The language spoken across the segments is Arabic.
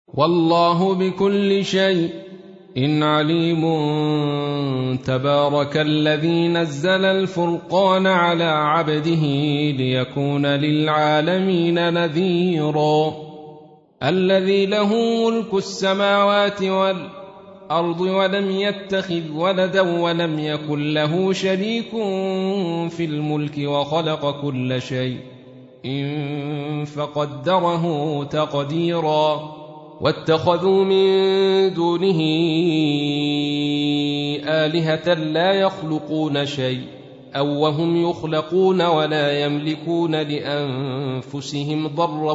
والله بكل شيء عليم. تبارك الذي نزل الفرقان على عبده ليكون للعالمين نذيرا. الذي له ملك السماوات والأرض ولم يتخذ ولدا ولم يكن له شريك في الملك وخلق كل شيء فقدره تقديرا. واتخذوا من دونه آلهة لا يخلقون شيء أو وهم يخلقون ولا يملكون لأنفسهم ضرا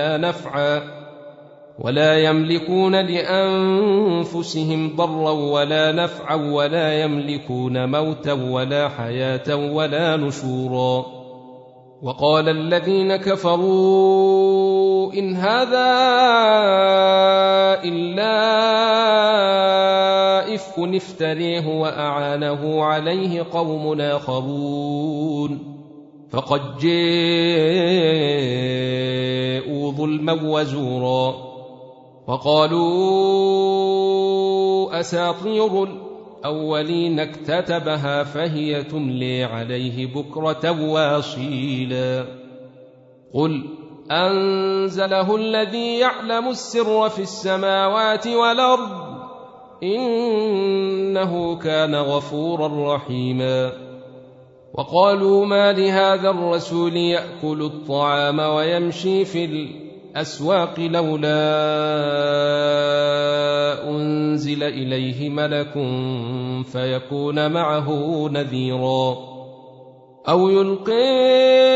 ولا نفعا ولا يملكون موتا ولا حياة ولا نشورا. وقال الذين كفروا إن هذا إلا إفك افتريه وأعانه عليه قوم آخرون فقد جاءوا ظلما وزورا. وقالوا أساطير الأولين اكتتبها فهي تملي عليه بكرة واصيلا. قل أنزله الذي يعلم السر في السماوات والأرض إنه كان غفورا رحيما. وقالوا ما لهذا الرسول يأكل الطعام ويمشي في الأسواق لولا أنزل إليه ملك فيكون معه نذيرا أو يلقي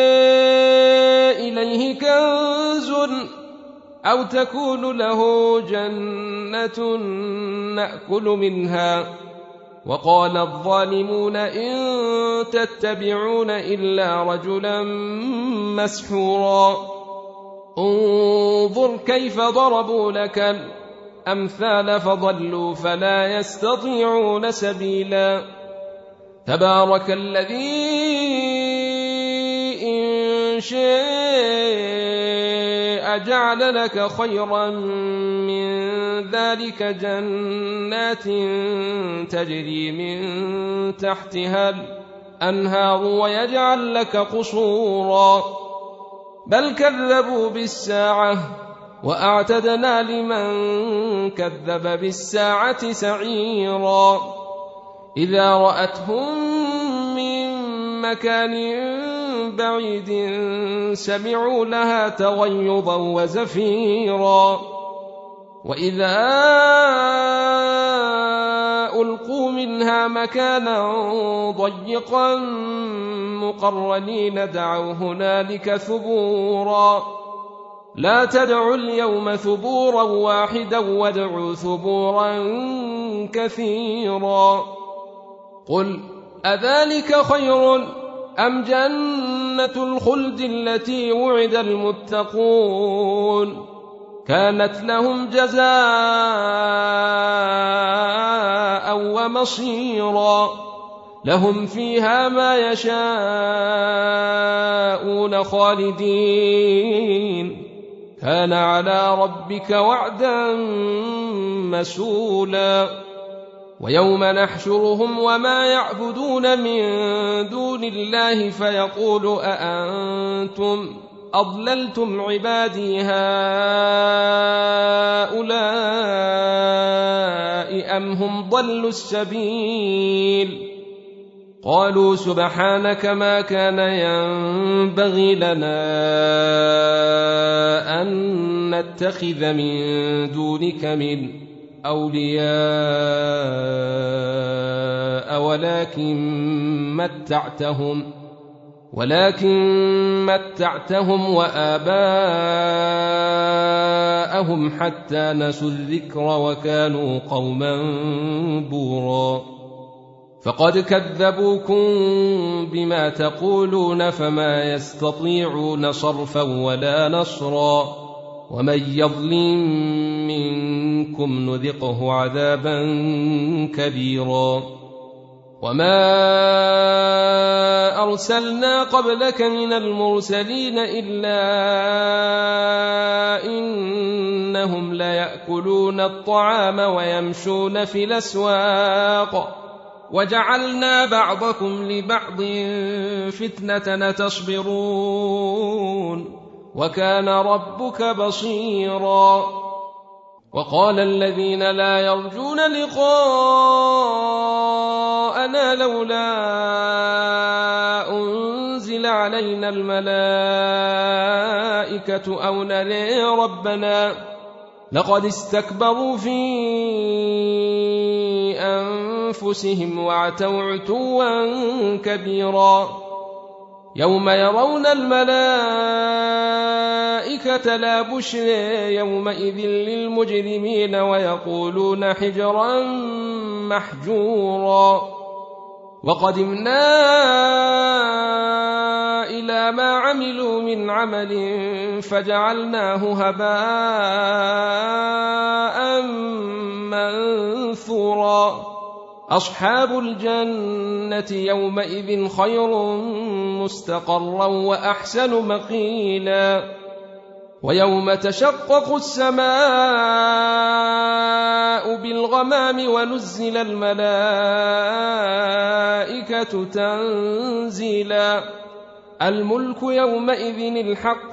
إليه كنز أو تكون له جنة نأكل منها. وقال الظالمون إن تتبعون إلا رجلا مسحورا. انظر كيف ضربوا لك الأمثال فضلوا فلا يستطيعون سبيلا. تبارك الذي إن شاء جعل لك خيرا من ذلك جنات تجري من تحتها الأنهار ويجعل لك قصورا بل كذبوا بالساعة وأعتدنا لمن كذب بالساعة سعيرا. إذا رأتهم من مكان بعيد سمعوا لها تغيظا وزفيرا. وإذا ألقوا منها مكانا ضيقا مقرنين دعوا هنالك ثبورا. لا تدعوا اليوم ثبورا واحدا وادعوا ثبورا كثيرا. قل أذلك خير أم جنة الخلد التي وعد المتقون كانت لهم جزاء ومصيرا لهم فيها ما يشاءون خالدين كان على ربك وعدا مسؤولا. ويوم نحشرهم وما يعبدون من دون الله فيقول أأنتم أضللتم عبادي هؤلاء أم هم ضلوا السبيل قالوا سبحانك ما كان ينبغي لنا أن نتخذ من دونك من أولياء ولكن متعتهم وآباءهم حتى نسوا الذكر وكانوا قوما بورا. فقد كذبوكم بما تقولون فما يستطيعون صرفا ولا نصرا ومن يظلم منكم نذقه عذابا كبيرا. وما أرسلنا قبلك من المرسلين إلا إنهم ليأكلون الطعام ويمشون في الأسواق وجعلنا بعضكم لبعض فتنة تصبرون وكان ربك بصيرا. وقال الذين لا يرجون لقاءنا لولا أنزل علينا الملائكة أو نري ربنا لقد استكبروا في أنفسهم وعتوا عتوا كبيرا. يوم يرون الملائكة لا بشرى يومئذ للمجرمين ويقولون حجرا محجورا. وقدمنا إلى ما عملوا من عمل فجعلناه هباء منثورا. أصحاب الجنة يومئذ خير مستقرا وأحسن مقيلا. ويوم تشقق السماء بالغمام ونزل الملائكة تنزيلا. الملك يومئذ الحق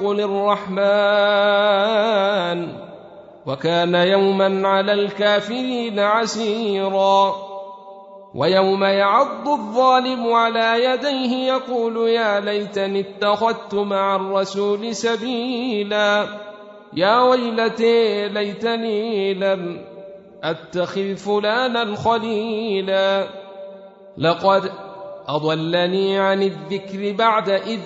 للرحمن وكان يوما على الكافرين عسيرا. ويوم يعض الظالم على يديه يقول يا ليتني اتخذت مع الرسول سبيلا. يا ويلتي ليتني لم أتخذ فلانا خليلا لقد أضلني عن الذكر بعد إذ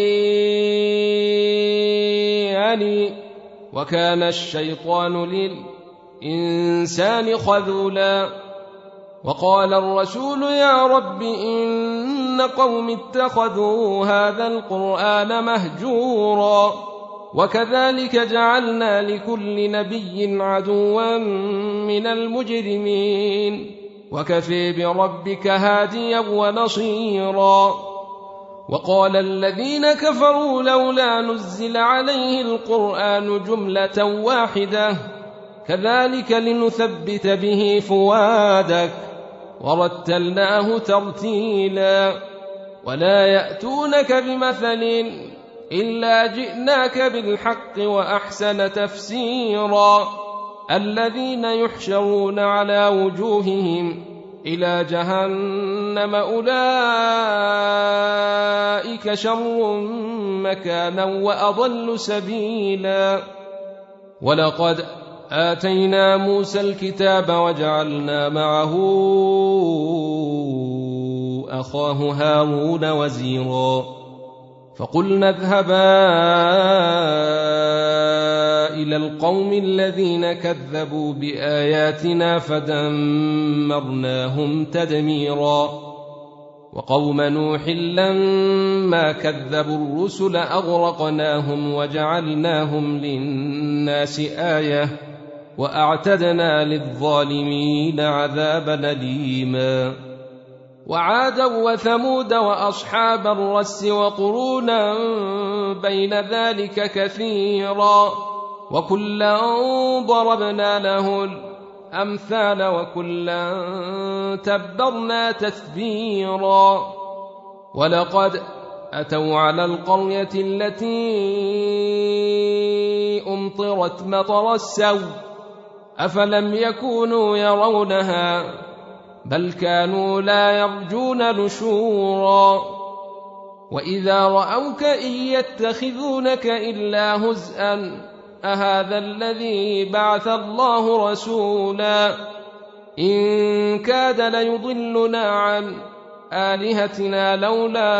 جاءني وكان الشيطان للإنسان خذولا. وقال الرسول يا رب إن قوم اتخذوا هذا القرآن مهجورا. وكذلك جعلنا لكل نبي عدوا من المجرمين وكفى بربك هاديا ونصيرا. وقال الذين كفروا لولا نزل عليه القرآن جملة واحدة كذلك لنثبت به فؤادك ورتلناه ترتيلا. ولا يأتونك بمثل إلا جئناك بالحق وأحسن تفسيرا. الذين يحشرون على وجوههم إلى جهنم أولئك شر مكانا وأضل سبيلا. ولقد آتينا موسى الكتاب وجعلنا معه أخاه هارون وزيرا. فقلنا اذهبا إلى القوم الذين كذبوا بآياتنا فدمرناهم تدميرا. وقوم نوح لما كذبوا الرسل أغرقناهم وجعلناهم للناس آية وأعتدنا للظالمين عذابا أليما. وعادا وثمود وأصحاب الرس وقرونا بين ذلك كثيرا وكلا ضربنا له الأمثال وكلا تبرنا تتبيرا. ولقد أتوا على القرية التي أمطرت مطر السوء أفلم يكونوا يرونها بل كانوا لا يرجون نشورا. وإذا رأوك إن يتخذونك إلا هزءا أهذا الذي بعث الله رسولا إن كاد ليضلنا عن آلهتنا لولا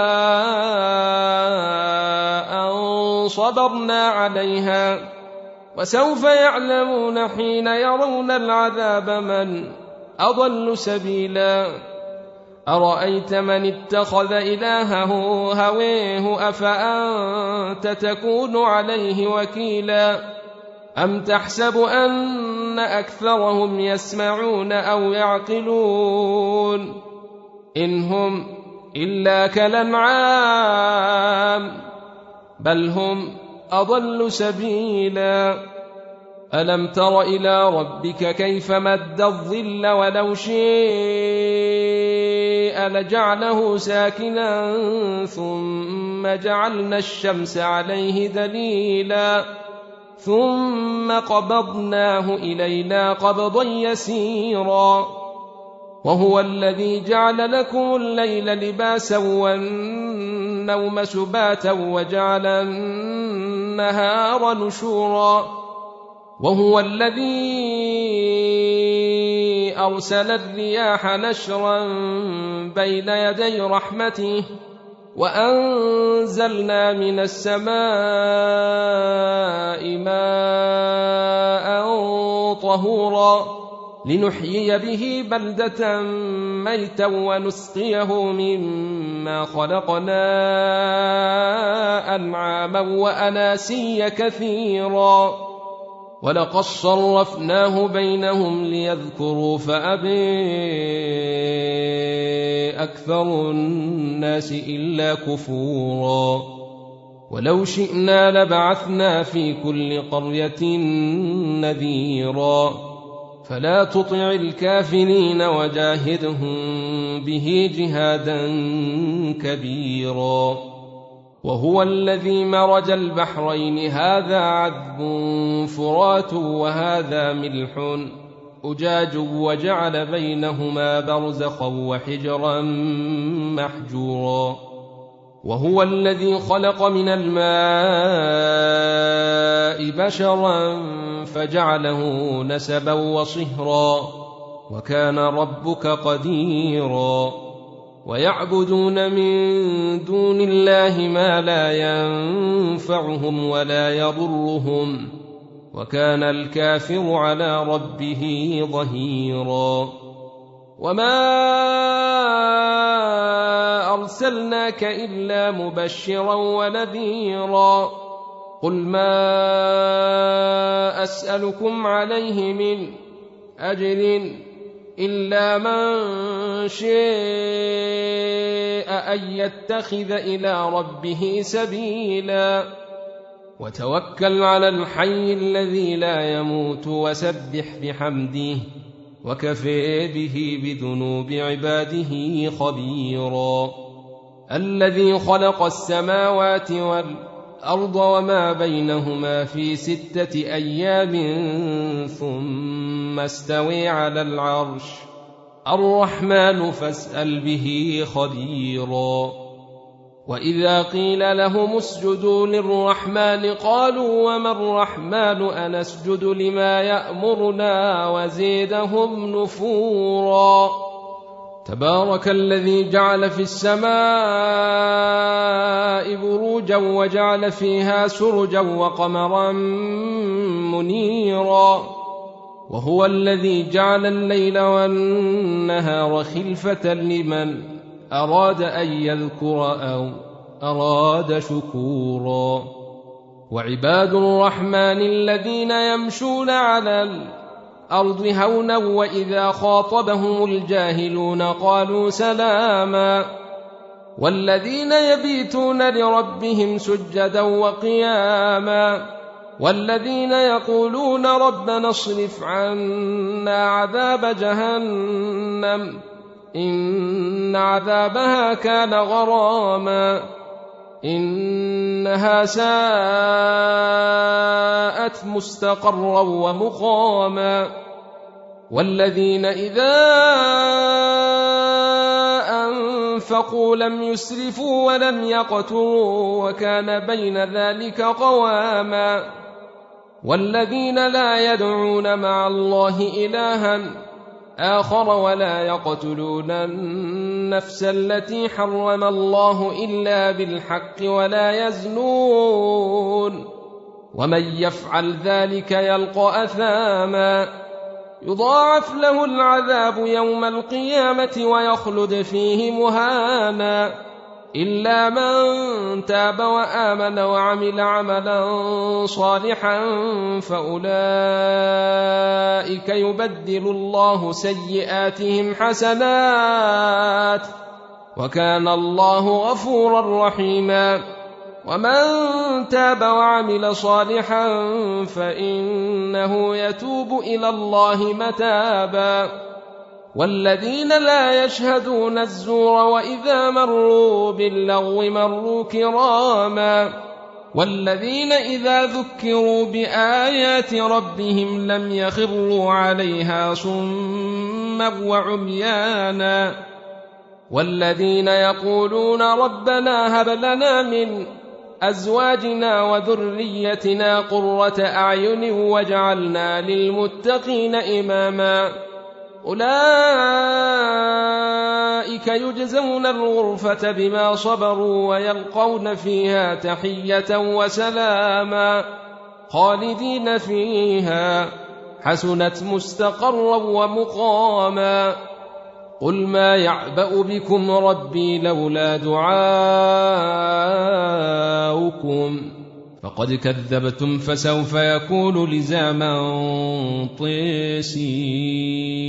أن صبرنا عليها وسوف يعلمون حين يرون العذاب من أضل سبيلا. أرأيت من اتخذ إلهه هويه أفأنت تكون عليه وكيلا أم تحسب أن أكثرهم يسمعون أو يعقلون إن هم إلا كالأنعام بل هم أضل سبيلا ألم تر إلى ربك كيف مد الظل ولو شيء لجعله ساكنا ثم جعلنا الشمس عليه دليلا ثم قبضناه إلينا قبضا يسيرا وهو الذي جعل لكم الليل لباسا والنوم سباتا وجعل النهار نشورا وهو الذي أرسل الرياح نشرا بين يدي رحمته وأنزلنا من السماء ماء طهورا لنحيي به بلدة ميتا ونسقيه مما خلقنا أنعاما وأناسيا كثيرا ولقد صرفناه بينهم ليذكروا فأبى أكثر الناس إلا كفورا ولو شئنا لبعثنا في كل قرية نذيرا فلا تطع الكافرين وجاهدهم به جهادا كبيرا وهو الذي مرج البحرين هذا عذب فرات وهذا ملح أجاج وجعل بينهما برزخا وحجرا محجورا وهو الذي خلق من الماء بشرا فجعله نسبا وصهرا وكان ربك قديرا ويعبدون من دون الله ما لا ينفعهم ولا يضرهم وكان الكافر على ربه ظهيرا وما أرسلناك إلا مبشرا ونذيرا قل ما أسألكم عليه من أجر إلا من شاء أن يتخذ إلى ربه سبيلا وتوكل على الحي الذي لا يموت وسبح بحمده وكفى به بذنوب عباده خبيرا الذي خلق السماوات والأرض وما بينهما في 6 أيام ثم استوى على العرش الرحمن فاسأل به خبيرا وإذا قيل لهم اسجدوا للرحمن قالوا وما الرحمن أنسجد لما يأمرنا وزيدهم نفورا تبارك الذي جعل في السماء بروجا وجعل فيها سرجا وقمرا منيرا وهو الذي جعل الليل والنهار خلفة لمن أراد أن يذكر أو أراد شكورا وعباد الرحمن الذين يمشون على الأرض هونا وإذا خاطبهم الجاهلون قالوا سلاما والذين يبيتون لربهم سجدا وقياما والذين يقولون ربنا اصرف عنا عذاب جهنم إن عذابها كان غراما إنها ساءت مستقرا ومقاما والذين إذا أنفقوا لم يسرفوا ولم يقتروا وكان بين ذلك قواما والذين لا يدعون مع الله إلها آخر ولا يقتلون النفس التي حرم الله إلا بالحق ولا يزنون ومن يفعل ذلك يلقى أثاما يضاعف له العذاب يوم القيامة ويخلد فيه مهانا إلا من تاب وآمن وعمل عملا صالحا فأولئك يبدل الله سيئاتهم حسنات وكان الله غفورا رحيما ومن تاب وعمل صالحا فإنه يتوب إلى الله متابا والذين لا يشهدون الزور وإذا مروا باللغو مروا كراما والذين إذا ذكروا بآيات ربهم لم يخروا عليها صما وعميانا والذين يقولون ربنا هب لنا من أزواجنا وذريتنا قرة أعين واجعلنا للمتقين إماما أولئك يجزون الغرفة بما صبروا ويلقون فيها تحية وسلاما خالدين فيها حسنت مستقرا ومقاما قل ما يعبأ بكم ربي لولا دعاؤكم فقد كذبتم فسوف يكون لزاما طيسين